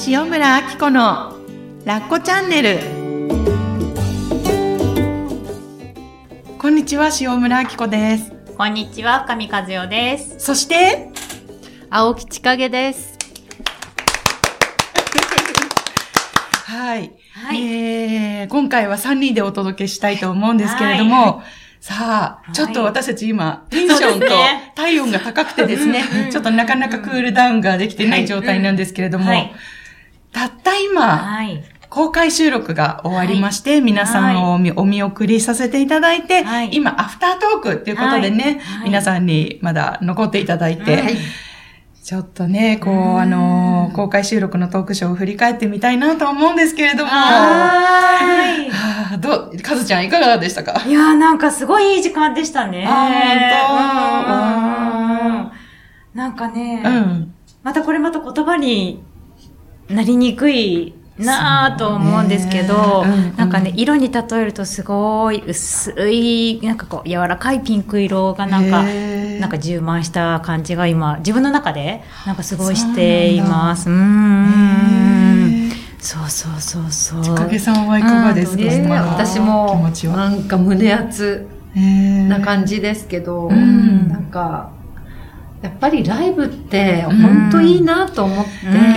塩村あき子のラッコチャンネル。こんにちは、塩村あき子です。 こんにちは、深見和代です。 そして青木千景です。 はい、今回は3人でお届けしたいと思うんですけれども、さあ、ちょっと私たち今、テンションと体温が高くてですね、ちょっとなかなかクールダウンができてない状態なんですけれども、たった今、公開収録が終わりまして、皆さんをお見送りさせていただいて、今、アフタートークっていうことでね、皆さんにまだ残っていただいて、ちょっとね、公開収録のトークショーを振り返ってみたいなと思うんですけれども、かずちゃんいかがでしたか？ いやー、なんかすごいいい時間でしたね。なんかね、またこれまた言葉になりにくいなぁと思うんですけど、なんかね、色に例えるとすごい薄い、なんかこう柔らかいピンク色がなんか充満した感じが今自分の中でなんかすごいしています。そう千景さんはいかがですか？ 私もなんか胸熱な感じですけど、なんかやっぱりライブって本当いいなと思って、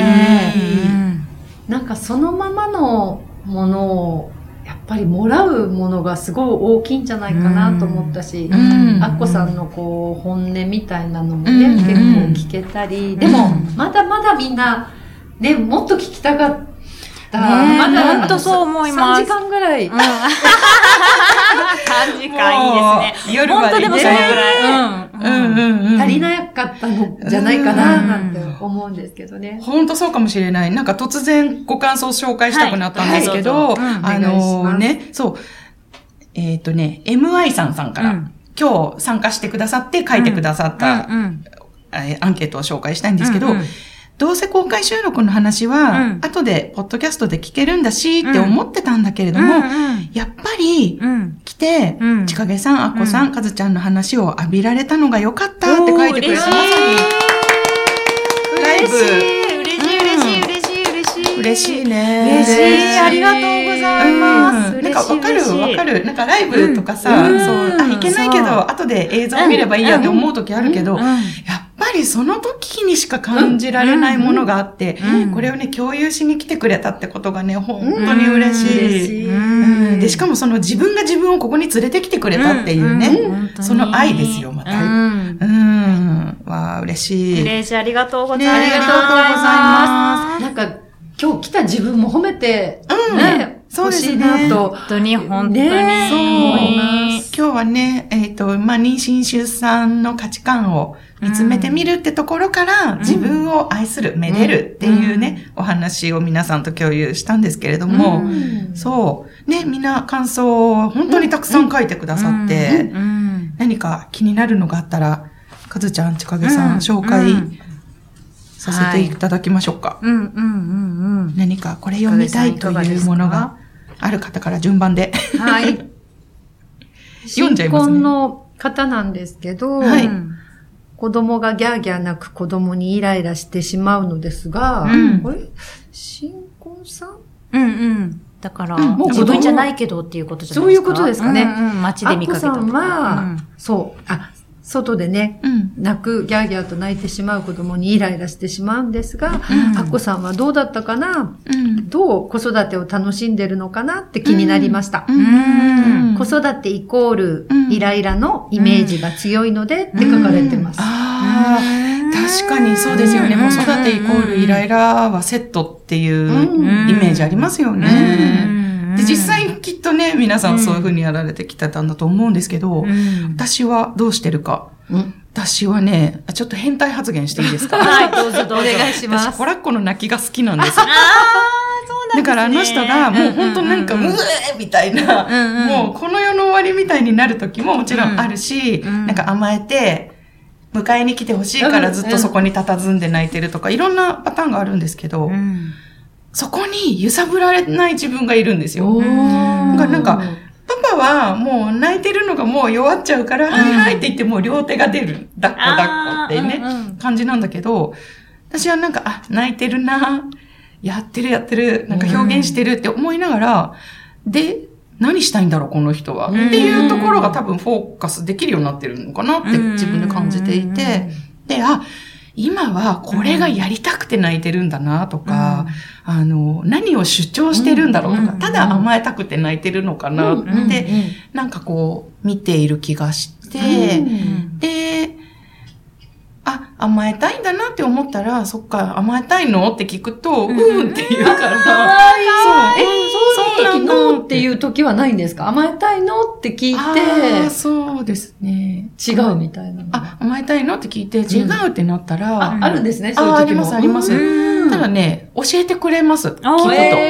なんかそのままのものをやっぱりもらうものがすごい大きいんじゃないかなと思ったし、アッコさんのこう本音みたいなのもね、結構聞けたり、でもまだまだみんなね、もっと聞きたかった。 まだ本当そう思います。 3時間ぐらい。3 時間いいですね。 夜までね。 本当でもそれぐらい。 足りなかったのじゃないかななんて思うんですけどね。 本当そうかもしれない。なんか突然ご感想を紹介したくなったんですけど、MI さんから今日参加してくださって書いてくださったアンケートを紹介したいんですけど、どうせ公開収録の話は、後でポッドキャストで聞けるんだしって思ってたんだけれども、やっぱり来て、千景さん、アッコさん、かずちゃんの話を浴びられたのが良かったって書いてくれた。まさにライブ。嬉しいね。 嬉しい。ありがとうございます。 なんかわかる。なんかライブとかさ、いけないけど、後で映像見ればいいやって思う時あるけど、やっぱりその時にしか感じられないものがあって、これをね、共有しに来てくれたってことがね、本当に嬉しい。で、しかもその自分が自分をここに連れてきてくれたっていうね、その愛ですよ、また。わあ、嬉しい。 嬉しい、ありがとうございます。 ありがとうございます。なんか、今日来た自分も褒めて、 そうですね。 本当に思います。 今日はね、妊娠出産の価値観を見つめてみるってところから、自分を愛する、めでるっていうね、お話を皆さんと共有したんですけれども、そう。ね、みんな感想を本当にたくさん書いてくださって、何か気になるのがあったら、かずちゃん、千景さん、紹介させていただきましょうか。何かこれ読みたいというものがある方から順番で。 はい。 読んじゃいますね。 新婚の方なんですけど、子供がギャーギャー泣く子供にイライラしてしまうのですが、新婚さん？ だから、自分じゃないけどっていうことじゃないですか。 そういうことですかね。 街で見かけたとか。 アッコさんは、外でね、泣く、ギャーギャーと泣いてしまう子供にイライラしてしまうんですが、アッコさんはどうだったかな、どう子育てを楽しんでるのかなって気になりました。子育てイコールイライラのイメージが強いのでって書かれてます。 確かにそうですよね。子育てイコールイライラはセットっていうイメージありますよね。で、実際きっとね、皆さんそういう風にやられてきてたんだと思うんですけど、私はどうしてるか。私はね、ちょっと変態発言していいですか？ はい、どうぞお願いします。 私、コラッコの泣きが好きなんですよ。だからあの人がもう本当なんか、うえみたいな、もうこの世の終わりみたいになる時ももちろんあるし、なんか甘えて、迎えに来てほしいからずっとそこに佇んで泣いてるとか、いろんなパターンがあるんですけど、そこに揺さぶられない自分がいるんですよ。なんか、パパはもう泣いてるのがもう弱っちゃうから、はいはいって言ってもう両手が出る。抱っこってね、感じなんだけど、私はなんか、泣いてるな、 やってる、なんか表現してるって思いながら、で、何したいんだろう、この人は。っていうところが多分フォーカスできるようになってるのかなって自分で感じていて、で、今はこれがやりたくて泣いてるんだなとか、何を主張してるんだろうとか、ただ甘えたくて泣いてるのかなって、なんかこう、見ている気がして、で、甘えたいんだなって思ったら、そっか、甘えたいのって聞くと、って言うから、 そういう時ノーっていう時はないんですか？甘えたいのって聞いて。 そうですね。 違うみたいな。 甘えたいのって聞いて、違うってなったら。 あるんですね、そういう時も。 あります。ただね、教えてくれます。聞くと。も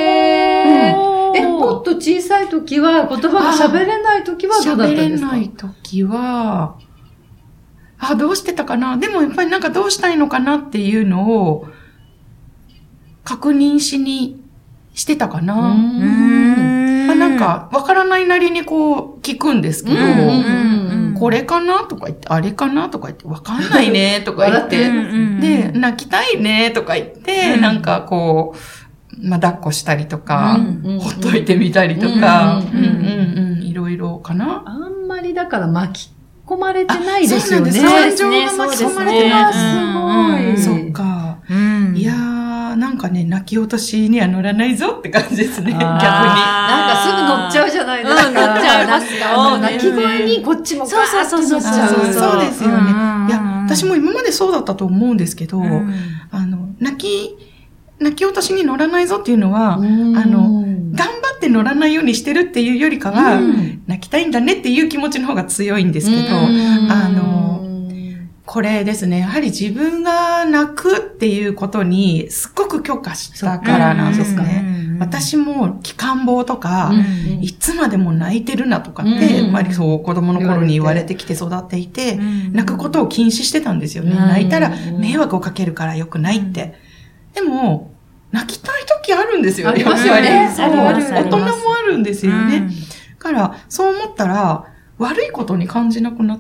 っと小さい時は、言葉が喋れない時はどうだったんですか？ 喋れない時は、どうしてたかな？でもやっぱりなんかどうしたいのかなっていうのを確認してたかな。なんかわからないなりにこう聞くんですけど、これかなとか言って、あれかなとか言って、わかんないねとか言って、で、泣きたいねとか言って、なんかこう、抱っこしたりとか、ほっといてみたりとか、いろいろかな。 あんまりだから巻き込まれてないですよね。 そうなんです。感情が巻き込まれてない。 すごい。そっか。いやー、なんかね、泣き落としには乗らないぞって感じですね、逆に。なんかすぐ乗っちゃうじゃないですか。乗っちゃいますよ。泣き声にこっちもガーッと乗っちゃう。 そうですよね。いや、私も今までそうだったと思うんですけど、泣き落としに乗らないぞっていうのは、頑張って乗らないようにしてるっていうよりかは、泣きたいんだねっていう気持ちの方が強いんですけど、これですね、やはり自分が泣くっていうことにすっごく許可したからなんですね。私も期間棒とか、いつまでも泣いてるなとかって、そう子供の頃に言われてきて育っていて、泣くことを禁止してたんですよね。泣いたら迷惑をかけるから良くないって。でも、泣きたい時あるんですよね。やっぱり。大人もあるんですよね。だから、そう思ったら、悪いことに感じなくなった。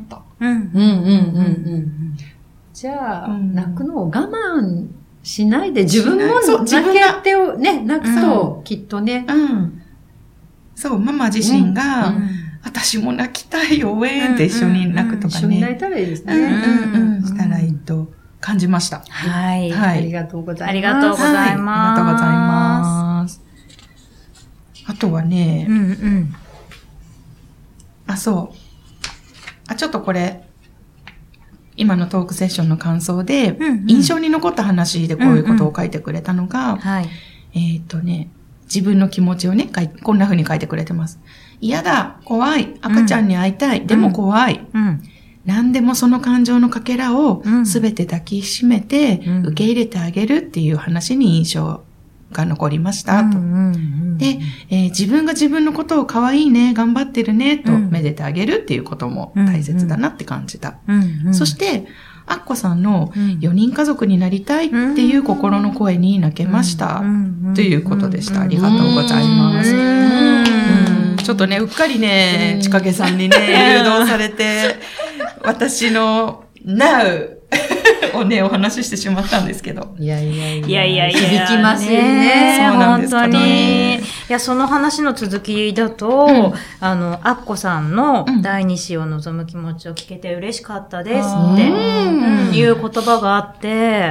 じゃあ、泣くのを我慢しないで、自分も泣けてをね、泣くと、きっとね。 そう、ママ自身が、私も泣きたいよ、って一緒に泣くとかね。 一緒に泣いたらいいですね。 したらいいと感じました。 はい。 ありがとうございます。 ありがとうございます。 ありがとうございます。あとはね、そう。ちょっとこれ、今のトークセッションの感想で、印象に残った話でこういうことを書いてくれたのが、自分の気持ちをね、こんな風に書いてくれてます。嫌だ、怖い、赤ちゃんに会いたい、でも怖い。何でもその感情のかけらをすべて抱きしめて受け入れてあげるっていう話に印象が残りましたと。で、自分が自分のことを可愛いね、頑張ってるねとめでてあげるっていうことも大切だなって感じた。そして、アッコさんの4人家族になりたいっていう心の声に泣けましたということでした。ありがとうございます。ちょっとね、うっかりね、ちかげさんにね、誘導されて、私の Now をね、お話ししてしまったんですけど。 いや。 響きますよね。 そうなんですかね。 本当に。いや、その話の続きだと、アッコさんの第二子を望む気持ちを聞けて嬉しかったですって、いう言葉があって、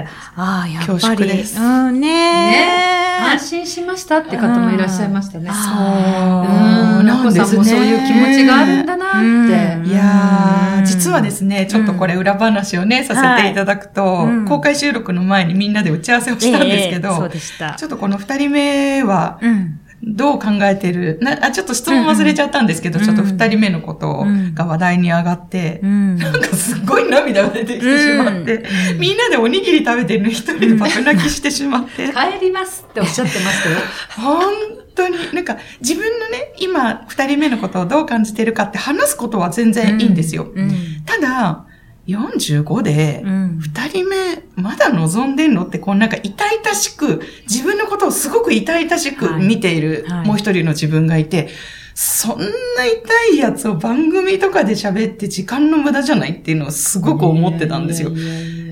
やっぱり。 恐縮です。 安心しましたって方もいらっしゃいましたね。 なんですね。 もそういう気持ちがあるんだなって。 いやー、実はですね、ちょっとこれ裏話をね、させていただくと、公開収録の前にみんなで打ち合わせをしたんですけど、ちょっとこの2人目は、どう考えてるちょっと質問忘れちゃったんですけど、ちょっと2人目のことが話題に上がって、なんかすっごい涙が出てきてしまって、みんなでおにぎり食べてるの一人でバカ泣きしてしまって。 帰りますっておっしゃってましたよ。 本当に、なんか自分のね、今2人目のことをどう感じてるかって話すことは全然いいんですよ。ただ、45で、2人目、まだ望んでんのって、なんか痛々しく、自分のことをすごく痛々しく見ている、もう一人の自分がいて、そんな痛いやつを番組とかで喋って時間の無駄じゃないっていうのをすごく思ってたんですよ。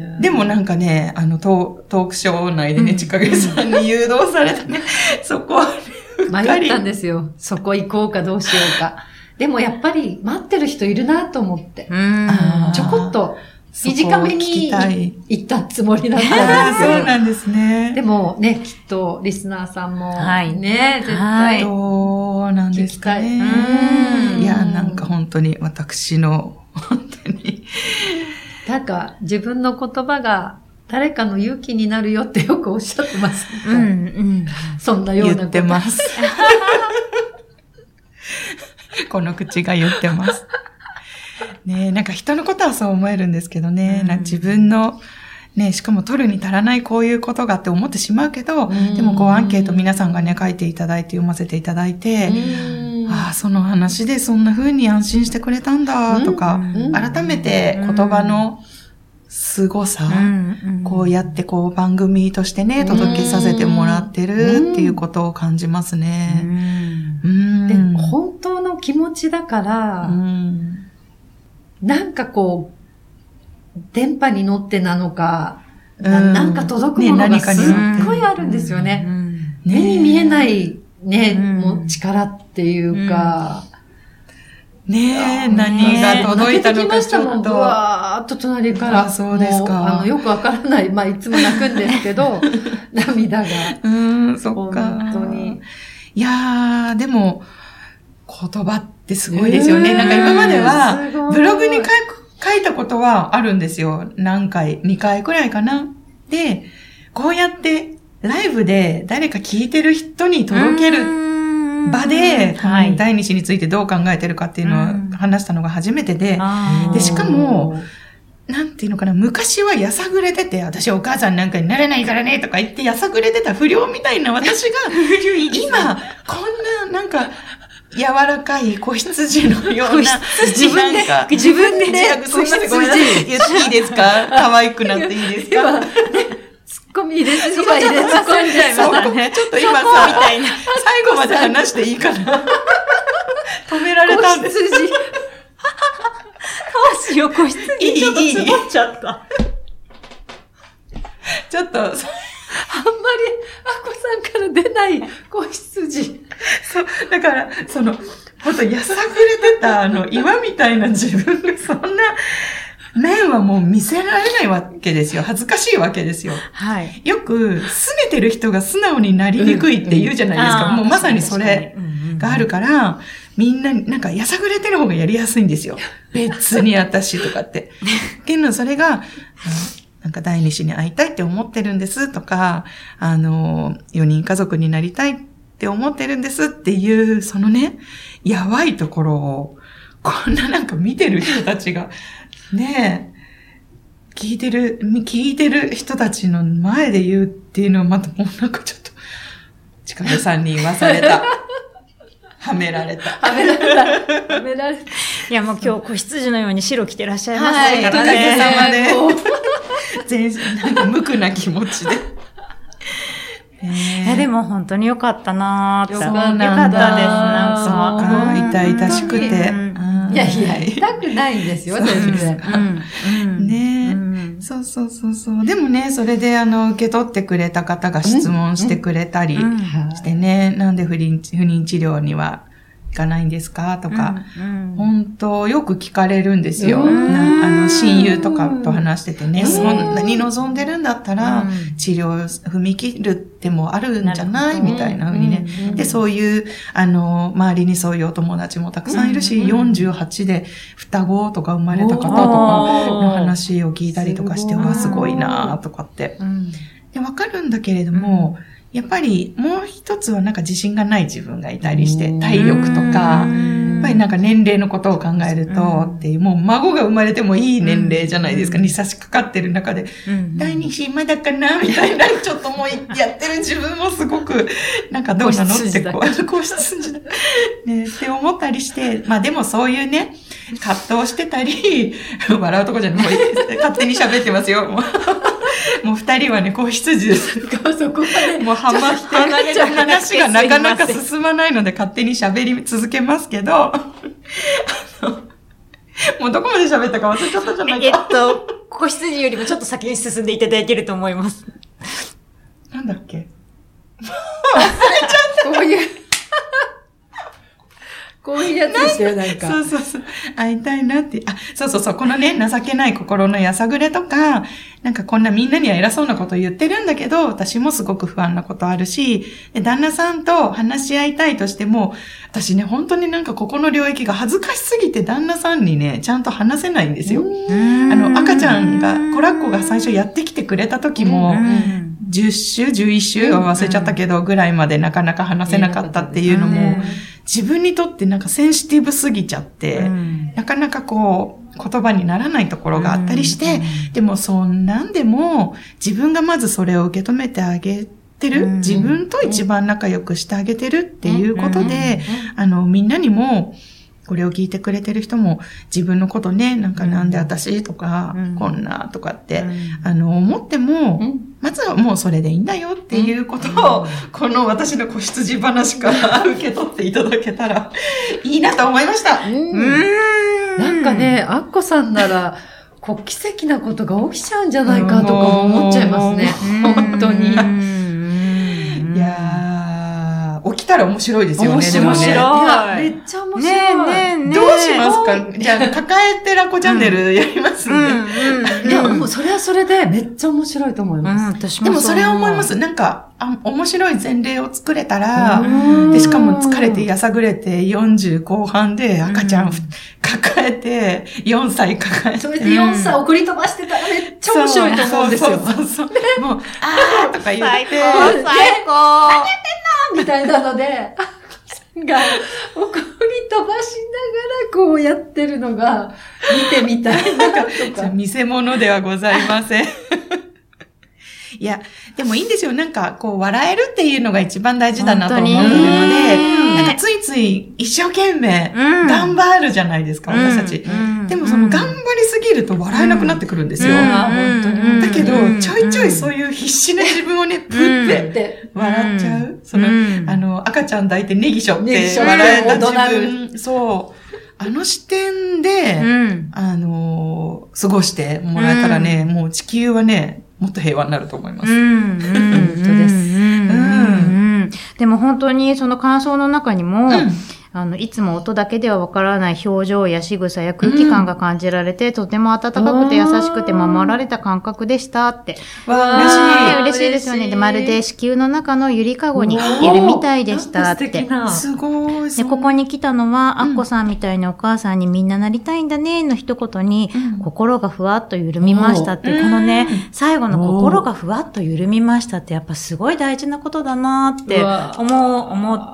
でもなんかね、トークショー内でね、ちかげさんに誘導されてね、そこはね、 迷ったんですよ。そこ行こうかどうしようか。でもやっぱり待ってる人いるなと思って。ちょこっと短めに行ったつもりだったんですよ。 そうなんですね。 でもね、きっとリスナーさんもね、絶対。 そうなんですかね。いや、なんか本当に私の、本当に。 なんか自分の言葉が誰かの勇気になるよってよくおっしゃってます。そんなようなこと。 言ってます。この口が言ってます。ね、なんか人のことはそう思えるんですけどね、なんか自分の、ね、しかも取るに足らないこういうことがって思ってしまうけど、でもこうアンケート皆さんがね、書いていただいて読ませていただいて、ああ、その話でそんな風に安心してくれたんだとか、改めて言葉の凄さ、こうやってこう番組としてね、届けさせてもらってるっていうことを感じますね。 で、本当の気持ちだから、なんかこう、電波に乗ってなのか、なんか届くものがすっごいあるんですよね。目に見えないね、もう力っていうか、 ねえ、何が届いたのかちょっと。 うわーっと隣から。 そうですか。 よくわからない。まあ、いつも泣くんですけど、涙が。 そっか。 本当に。 いやー、でも、言葉ってすごいですよね。なんか今までは、ブログに書いたことはあるんですよ。何回、2回くらいかな。で、こうやってライブで誰か聞いてる人に届ける場で、第二子についてどう考えてるかっていうのを話したのが初めてで、で、しかも、なんていうのかな、昔はやさぐれてて、私お母さんなんかになれないからねとか言ってやさぐれてた不良みたいな私が、今、こんななんか、柔らかい子羊のような、自分で、そんなごめんなさい、言っていいですか？可愛くなっていいですか？ ツッコミ入れすぎは入れ突っ込んじゃいましたね。 ちょっと今さ、最後まで話していいかな？止められたんです。 子羊。どうしよう、子羊。ちょっとつぼっちゃった。 ちょっと、 あんまり、あこさんから出ない子羊。 そう、だから、ほんと、やさぐれてた、岩みたいな自分がそんな、面はもう見せられないわけですよ。恥ずかしいわけですよ。 はい。 よく、拗ねてる人が素直になりにくいって言うじゃないですか。もうまさにそれがあるから、みんな、なんかやさぐれてる方がやりやすいんですよ。別に私とかって。けど、それが、なんか第二子に会いたいって思ってるんですとか、4人家族になりたいって思ってるんですっていう、そのね、やばいところを、こんななんか見てる人たちが、ねえ、聞いてる人たちの前で言うっていうのはまたもうなんかちょっと、ちかげさんに言わされた。はめられた。 いやもう今日子羊のように白着てらっしゃいますからね。 おかげさまで。全然なんか無垢な気持ちで。 でも本当に良かったなーって。 よかったです。なんか痛々しくて。 いや、痛くないんですよ、全然。 ねえ。そう。でもね、それで受け取ってくれた方が質問してくれたりしてね、なんで不妊治療には行かないんですかとか、本当よく聞かれるんですよ。親友とかと話しててね、そんなに望んでるんだったら、治療踏み切るってもあるんじゃないみたいな風にね。で、そういう、周りにそういうお友達もたくさんいるし、48で双子とか生まれた方とかの話を聞いたりとかして、すごいなとかって。で、わかるんだけれども、やっぱりもう一つはなんか自信がない自分がいたりして、体力とか、やっぱりなんか年齢のことを考えるとっていう、もう孫が生まれてもいい年齢じゃないですか、に差し掛かってる中で、第二子まだかなみたいな、ちょっともうやってる自分もすごく、なんかどうなのって皇室だ。ね、って思ったりして、まあでもそういうね、葛藤してたり、笑うとこじゃない、勝手に喋ってますよ、もう二人はね、子羊です。 そこまで。 もうハマって話がなかなか進まないので勝手に喋り続けますけど、もうどこまで喋ったか忘れちゃったじゃないか。 子羊よりもちょっと先に進んでいただいてると思います。 なんだっけ忘れちゃった。こういうやつでしたよ、なんか。 そうそうそう。会いたいなって。そうそうそう。このね、情けない心のやさぐれとか、なんかこんなみんなには偉そうなこと言ってるんだけど、私もすごく不安なことあるし、で旦那さんと話し合いたいとしても、私ね、本当になんかここの領域が恥ずかしすぎて旦那さんにね、ちゃんと話せないんですよ。赤ちゃんが、子ラッコが最初やってきてくれた時も、10週、11週忘れちゃったけど、ぐらいまでなかなか話せなかったっていうのも、自分にとってなんかセンシティブすぎちゃって、なかなかこう、言葉にならないところがあったりして、でもそんなんでも、自分がまずそれを受け止めてあげてる、自分と一番仲良くしてあげてるっていうことで、みんなにも、これを聞いてくれてる人も自分のことね、なんかなんで私とか、こんなとかって、思っても、まずはもうそれでいいんだよっていうことを、この私の子羊話から受け取っていただけたらいいなと思いました。 なんかね、アッコさんなら、奇跡なことが起きちゃうんじゃないかとか思っちゃいますね。本当に。 いやー、起きたら面白いですよね、でもね。 いや、めっちゃ面白い。 どうしますか？じゃあ、抱えてラコチャンネルやりますんで。 いや、もうそれはそれでめっちゃ面白いと思います。 私もでもそれは思います。なんか、面白い前例を作れたら、で、しかも疲れてやさぐれて40後半で赤ちゃん抱えて、4歳抱えて。 それで4歳送り飛ばしてたらめっちゃ面白いと思うんですよ。 そう。もう、とか言って。 最高何やってんのみたいなので、が、送り飛ばしながらこうやってるのが見てみたいなとか。 見せ物ではございません。いや、でもいいんですよ。なんか、こう、笑えるっていうのが一番大事だなと思ってるので、なんかついつい一生懸命頑張るじゃないですか、私たち。でもその頑張りすぎると笑えなくなってくるんですよ。 本当に。 だけど、ちょいちょいそういう必死な自分をね、プって笑っちゃう。その、赤ちゃん抱いてネギショって笑えた自分。そう。視点で、過ごしてもらえたらね、もう地球はね、もっと平和になると思います。 本当です。 でも本当にその感想の中にも、いつも音だけではわからない表情や仕草や空気感が感じられて、とても温かくて優しくて守られた感覚でしたって。嬉しいですよね。で、まるで子宮の中のゆりかごにいるみたいでしたって。 すごい。 で、ここに来たのは、アッコさんみたいなお母さんにみんななりたいんだね、の一言に、心がふわっと緩みましたって、このね、最後の心がふわっと緩みましたって、やっぱすごい大事なことだなって思って、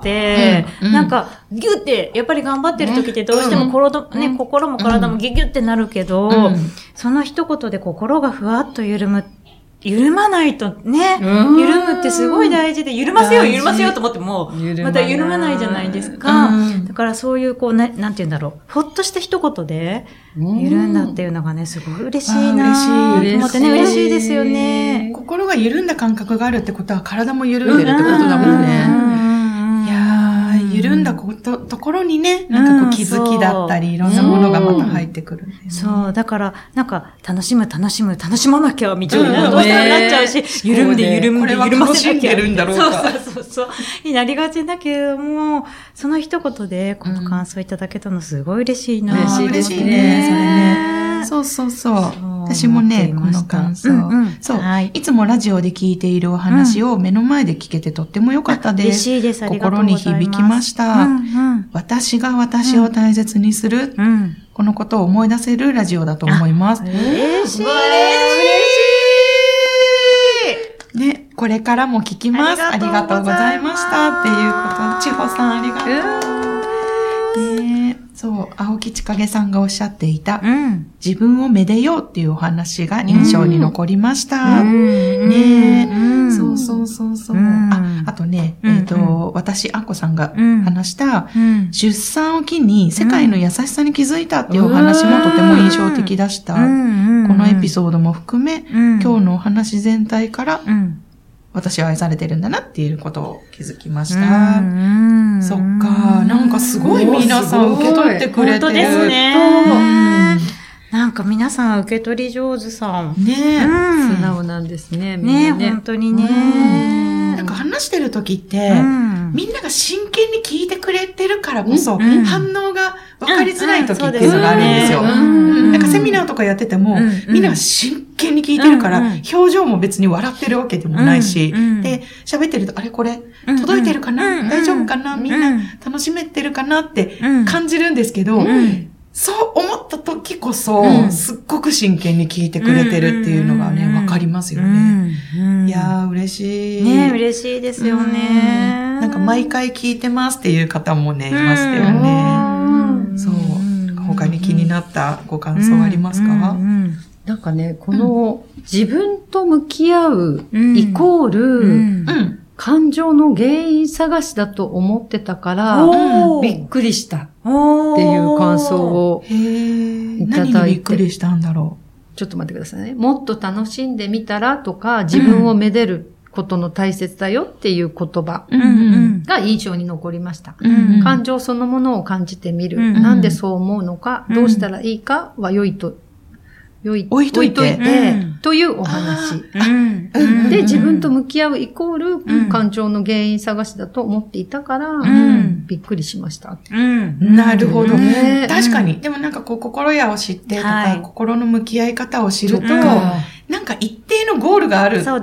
なんか、ギュって、やっぱり頑張ってる時ってどうしても心も体もギュギュってなるけど、その一言で心がふわっと緩まないとね、緩むってすごい大事で、緩ませようと思っても、また緩まないじゃないですか。だからそういうこうなんて言うんだろう、ほっとした一言で緩んだっていうのがね、すごい嬉しいなと思ってね、嬉しいですよね。 心が緩んだ感覚があるってことは体も緩んでるってことだもんね。緩んだところにね、なんかこう気づきだったり、いろんなものがまた入ってくるんだよね。 そう、だから、なんか、楽しまなきゃ、みたいな、どうしてもなっちゃうし、緩んでませなきゃ。 楽しんでるんだろうか。 そう、になりがちだけれども、その一言で、この感想いただけたのすごい嬉しいな。 嬉しいね、それね。そう。私もね、この感想。そう。いつもラジオで聞いているお話を目の前で聞けてとっても良かったです。 嬉しいです。ありがとうございます。 心に響きました。私が私を大切にする。このことを思い出せるラジオだと思います。 嬉しい。 ね、これからも聞きます。ありがとうございました。っていうこと。千穂さんありがとう。そう、青木千景さんがおっしゃっていた、自分をめでようっていうお話が印象に残りました。そう。あとね、私、アッコさんが話した、出産を機に世界の優しさに気づいたっていうお話もとても印象的でした。このエピソードも含め、今日のお話全体から、私は愛されてるんだなっていうことを気づきました。そっか。なんかすごい皆さん受け取ってくれてる。 本当ですね。 なんか皆さん受け取り上手さん。 ねえ。 素直なんですね、みんなね。 本当にね。 なんか話してる時って、みんなが真剣に聞いてくれてるからこそ、反応が分かりづらい時っていうのがあるんですよ。なんかセミナーとかやってても、みんなが真剣に聞いてるから、表情も別に笑ってるわけでもないし、で、喋ってると、あれこれ、届いてるかな、大丈夫かな、みんな楽しめてるかなって感じるんですけど、そう思った時こそ、すっごく真剣に聞いてくれてるっていうのがね、わかりますよね。いやー、嬉しい。 ね、嬉しいですよね。 なんか毎回聞いてますっていう方もね、いましたよね。そう。他に気になったご感想ありますか？ なんかね、この自分と向き合うイコール、感情の原因探しだと思ってたから、びっくりしたっていう感想をいただいて。 何にびっくりしたんだろう。ちょっと待ってくださいね。もっと楽しんでみたらとか、自分をめでることの大切だよっていう言葉が印象に残りました。感情そのものを感じてみる。なんでそう思うのか、どうしたらいいかは置いといて、というお話。で、自分と向き合うイコール、感情の原因探しだと思っていたから、びっくりしました。 なるほど。確かに。でもなんかこう、心屋を知ってとか、心の向き合い方を知ると、なんか一定のゴールがあるって思って、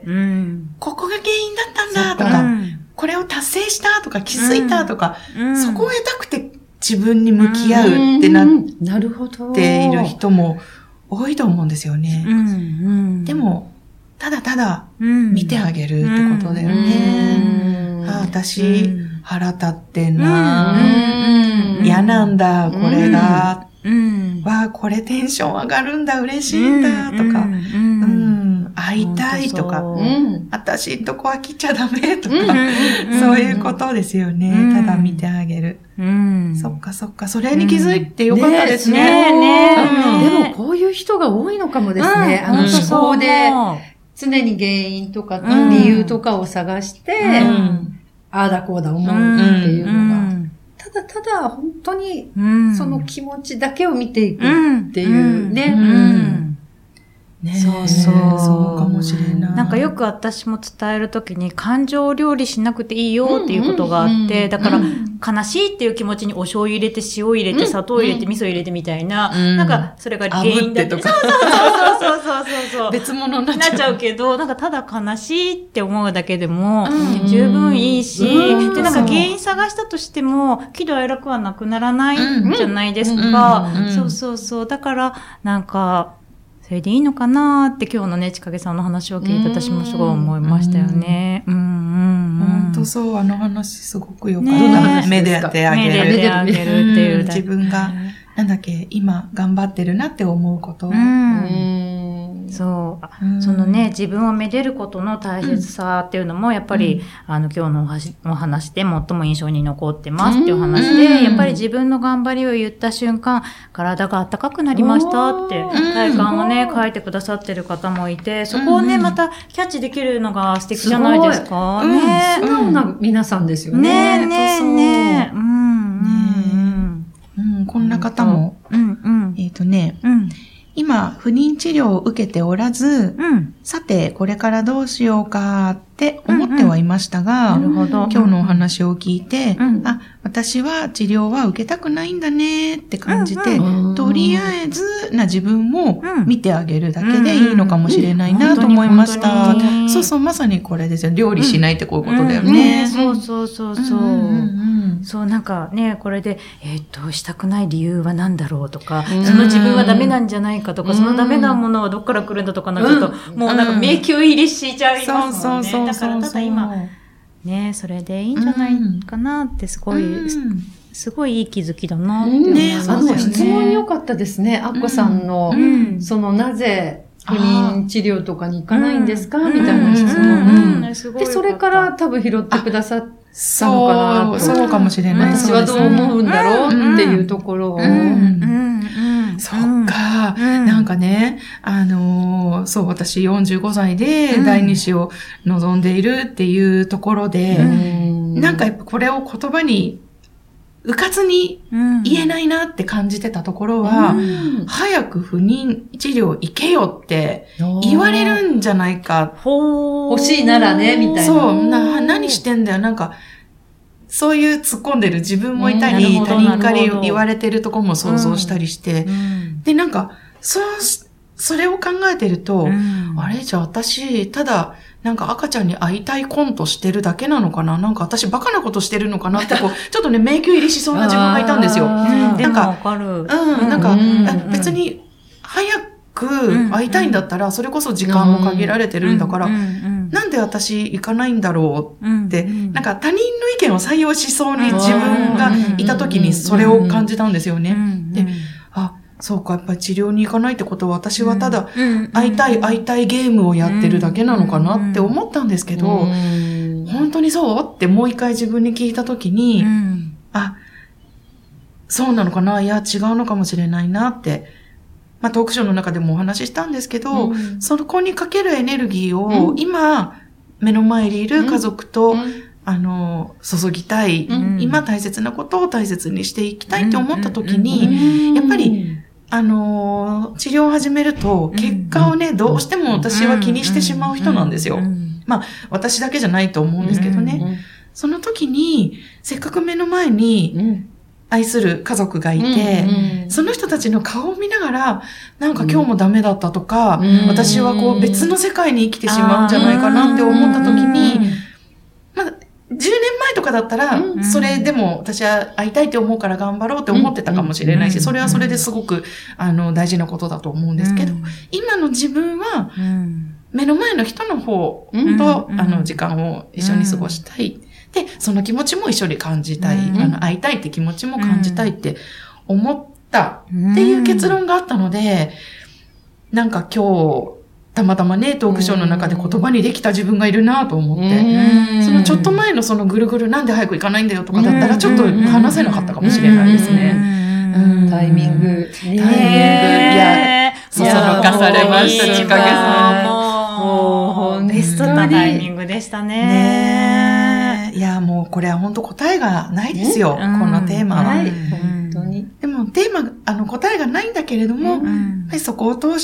ここが原因だったんだとか、これを達成したとか、気づいたとか、そこを得たくて、自分に向き合うってなっている人も多いと思うんですよね。でも、ただただ見てあげるってことだよね。私、腹立ってんな。嫌なんだ、これが。わ、これテンション上がるんだ、嬉しいんだ、とか。会いたいとか、私んとこは来ちゃダメとか、そういうことですよね。ただ見てあげる。そっかそっか、それに気づいてよかったですね。 でもこういう人が多いのかもですね。思考で常に原因とか理由とかを探して、ああだこうだ思うっていうのが。ただただ本当にその気持ちだけを見ていくっていうね。 そうかもしれない。 なんかよく私も伝えるときに感情料理しなくていいよっていうことがあって、だから悲しいっていう気持ちにお醤油入れて塩入れて砂糖入れて味噌入れてみたいな、なんかそれが原因だって。そう。 別物になっちゃうけど、なんかただ悲しいって思うだけでも十分いいし、でなんか原因探したとしても喜怒哀楽はなくならないじゃないですか。そう。だからなんかそれでいいのかなって今日のね、ちかげさんの話を聞いて私もすごい思いましたよね。 本当そう、あの話すごくよかった。目でやってあげる。 目であげるっていう。 自分が、なんだっけ、今頑張ってるなって思うこと。 そう。そのね、自分をめでることの大切さっていうのも、やっぱり、今日のお話で最も印象に残ってますっていう話で、やっぱり自分の頑張りを言った瞬間、体が温かくなりましたって、体感をね、書いてくださってる方もいて、そこをね、またキャッチできるのが素敵じゃないですか。 ね。素直な皆さんですよね。 ね。 こんな方も、今、不妊治療を受けておらず、さて、これからどうしようかって思ってはいましたが、今日のお話を聞いて、私は治療は受けたくないんだねって感じて、とりあえずな自分を見てあげるだけでいいのかもしれないなと思いました。そう、まさにこれですよ。料理しないってこういうことだよね。 そう。そう、なんかね、これで、したくない理由は何だろうとか、その自分はダメなんじゃないかとか、そのダメなものはどっから来るんだとかなると、もうなんか迷宮入りしちゃいますもんね。だからただ今、ね、それでいいんじゃないかなってすごいいい気づきだなって思いますよね。 質問良かったですね。アッコさんの、なぜ、不妊治療とかに行かないんですかみたいな質問。で、それから多分拾ってくださったのかなと。 そうかもしれない。 私はどう思うんだろうっていうところを。 そっか。なんかね、そう、私45歳で第二子を望んでいるっていうところで、なんかやっぱこれを言葉にうかつに言えないなって感じてたところは、早く不妊治療行けよって言われるんじゃないか。 欲しいならね、みたいな。 そう、何してんだよ、なんか、そういう突っ込んでる自分もいたり、他人から言われてるとこも想像したりして、で、なんか、それを考えてると、あれじゃあ私、ただ、なんか赤ちゃんに会いたいコントしてるだけなのかな、なんか私バカなことしてるのかなってこう、ちょっとね、迷宮入りしそうな自分がいたんですよ。 なんか、わかる。 なんか、別に、早く会いたいんだったら、それこそ時間も限られてるんだから、なんで私行かないんだろうって、なんか他人の意見を採用しそうに自分がいた時にそれを感じたんですよね。で、そうか、やっぱり治療に行かないってことは私はただ会いたいゲームをやってるだけなのかなって思ったんですけど、本当にそうってもう一回自分に聞いた時に、そうなのかな、いや違うのかもしれないなって、トークショーの中でもお話ししたんですけど、そこにかけるエネルギーを今目の前にいる家族と、注ぎたい、今大切なことを大切にしていきたいって思った時に、やっぱり治療を始めると、結果をね、どうしても私は気にしてしまう人なんですよ。私だけじゃないと思うんですけどね。その時に、せっかく目の前に愛する家族がいて、その人たちの顔を見ながら、なんか今日もダメだったとか、私はこう別の世界に生きてしまうんじゃないかなって思った時に、10年前とかだったら、それでも私は会いたいって思うから頑張ろうって思ってたかもしれないし、それはそれですごく、大事なことだと思うんですけど、今の自分は、目の前の人の方と、時間を一緒に過ごしたい。で、その気持ちも一緒に感じたい。会いたいって気持ちも感じたいって思ったっていう結論があったので、なんか今日、たまたまね、トークショーの中で言葉にできた自分がいるなと思って、そのちょっと前のそのぐるぐるなんで早く行かないんだよとかだったらちょっと話せなかったかもしれないですね。 タイミング。 いや、そそのかされました、ちかげさん。 もう、ベストなタイミングでしたね。 いや、もうこれは本当答えがないですよ、このテーマは。 本当に。 でもテーマ、答えがないんだけれども、やっぱりそこを通して、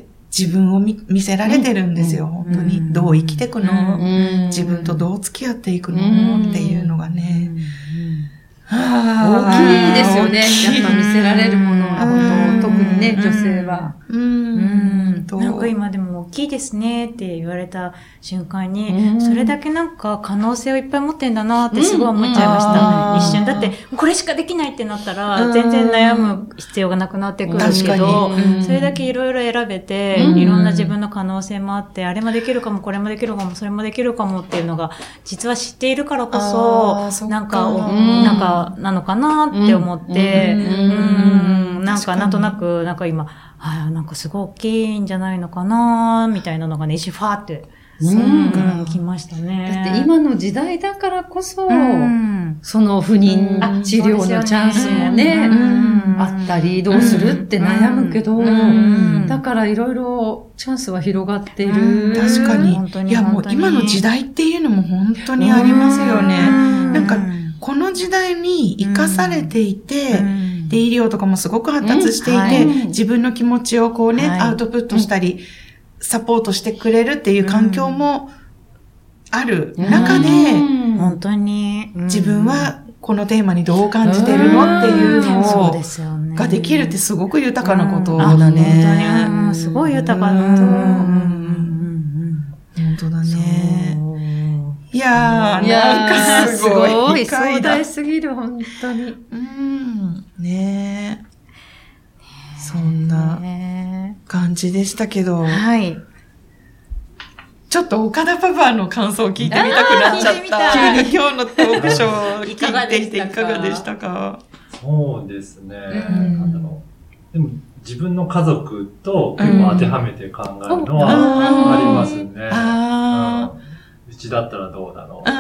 自分を見せられてるんですよ、本当に。どう生きていくの、自分とどう付き合っていくのっていうのがね。 大きいですよね。やっぱ見せられるものは、特にね、女性は。 なんか今でも大きいですねって言われた瞬間に、それだけなんか可能性をいっぱい持ってんだなってすごい思っちゃいました。一瞬。だって、これしかできないってなったら、全然悩む必要がなくなってくるけど、それだけいろいろ選べて、いろんな自分の可能性もあって、あれもできるかも、これもできるかも、それもできるかもっていうのが、実は知っているからこそ、なんか、なのかなって思って、なんかなんとなく、なんか今、なんかすごい大きいんじゃないのかなみたいなのがね、一瞬ファーって、来ましたね。 だって今の時代だからこそ、その不妊治療のチャンスもね、あったり、どうするって悩むけど、だからいろいろチャンスは広がっている。 確かに。いや、もう今の時代っていうのも本当にありますよね。なんか、この時代に生かされていて、で、医療とかもすごく発達していて、自分の気持ちをこうね、アウトプットしたり、サポートしてくれるっていう環境もある中で、 本当に、 自分はこのテーマにどう感じてるのっていうのができるってすごく豊かなことだね。 本当に、すごい豊かな。 本当だね。いやー、なんかすごい。 壮大すぎる、本当に。 ねえ。そんな感じでしたけど。 はい。 ちょっと岡田パパの感想を聞いてみたくなっちゃった。急に今日のトークショーを聞いていていかがでしたか？ そうですね。なんだろう。でも自分の家族と結構当てはめて考えるのはありますね。うちだったらどうだろう。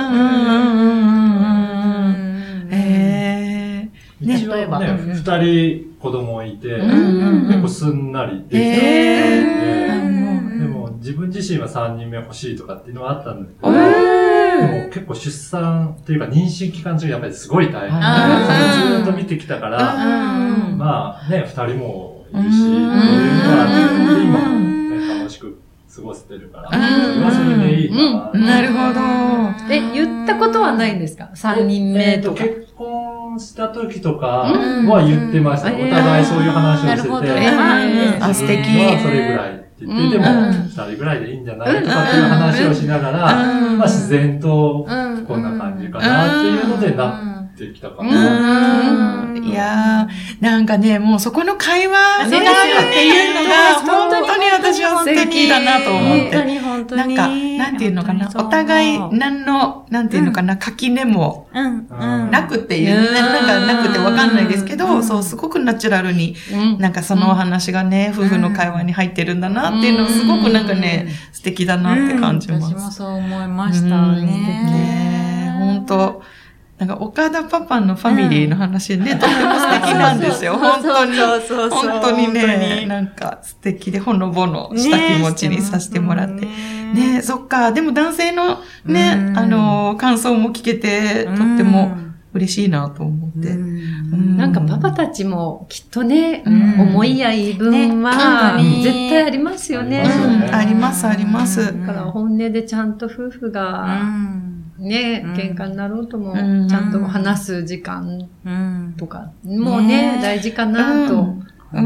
一応ね、二人子供いて、結構すんなりできたんで、でも自分自身は3人目欲しいとかっていうのはあったんだけど、 結構出産というか妊娠期間中やっぱりすごい大変で、ずーっと見てきたから、まあね、二人もいるし、っていうのがあって、今もね、楽しく過ごせてるから、それはそれでいいな。 なるほど。 言ったことはないんですか ?3 人目とか。 結婚した時とかは言ってました。お互いそういう話をしてて。 素敵。 はそれぐらいって言って、でも、2人ぐらいでいいんじゃないとかっていう話をしながら、まあ自然とこんな感じかなっていうのでなってきたかな。 いやー、なんかね、もうそこの会話になるっていうのが、本当に私は素敵だなと思って。 本当に。なんか、なんていうのかな、お互い、なんていうのかな、垣根も、なくっていう、なんかなくてわかんないですけど、そう、すごくナチュラルに、なんかそのお話がね、夫婦の会話に入ってるんだなっていうのは、すごくなんかね、素敵だなって感じます。 私もそう思いましたね。 本当。なんか、岡田パパのファミリーの話ね、とても素敵なんですよ。本当に。本当にね、なんか素敵でほのぼのした気持ちにさせてもらって。ね、そっか。でも男性のね、感想も聞けて、とっても嬉しいなと思って。 なんかパパたちもきっとね、思いや言い分は絶対ありますよね。 あります、あります。 だから本音でちゃんと夫婦が、ね、喧嘩になろうとも、ちゃんと話す時間とか、もうね、大事かなと。 本当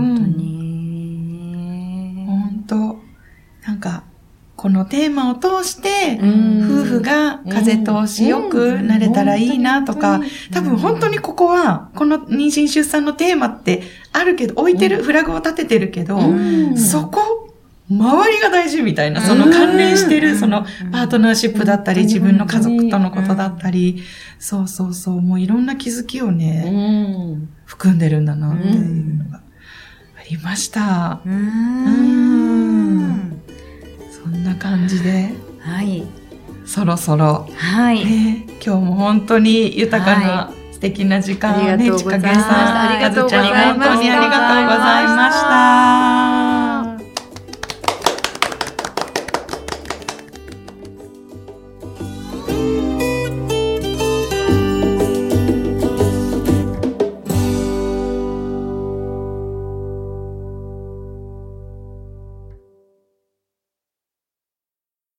に。 本当。なんか、このテーマを通して、夫婦が風通しよくなれたらいいなとか、多分本当にここは、この妊娠出産のテーマってあるけど、置いてる、フラグを立ててるけど、そこ、周りが大事みたいな、その関連してる、そのパートナーシップだったり、自分の家族とのことだったり、そうそうそう、もういろんな気づきをね、含んでるんだなっていうのがありました。そんな感じで、 はい。 そろそろ、 はい。 今日も本当に豊かな素敵な時間をね、ちかげさん、 ありがとうございました。 本当にありがとうございました。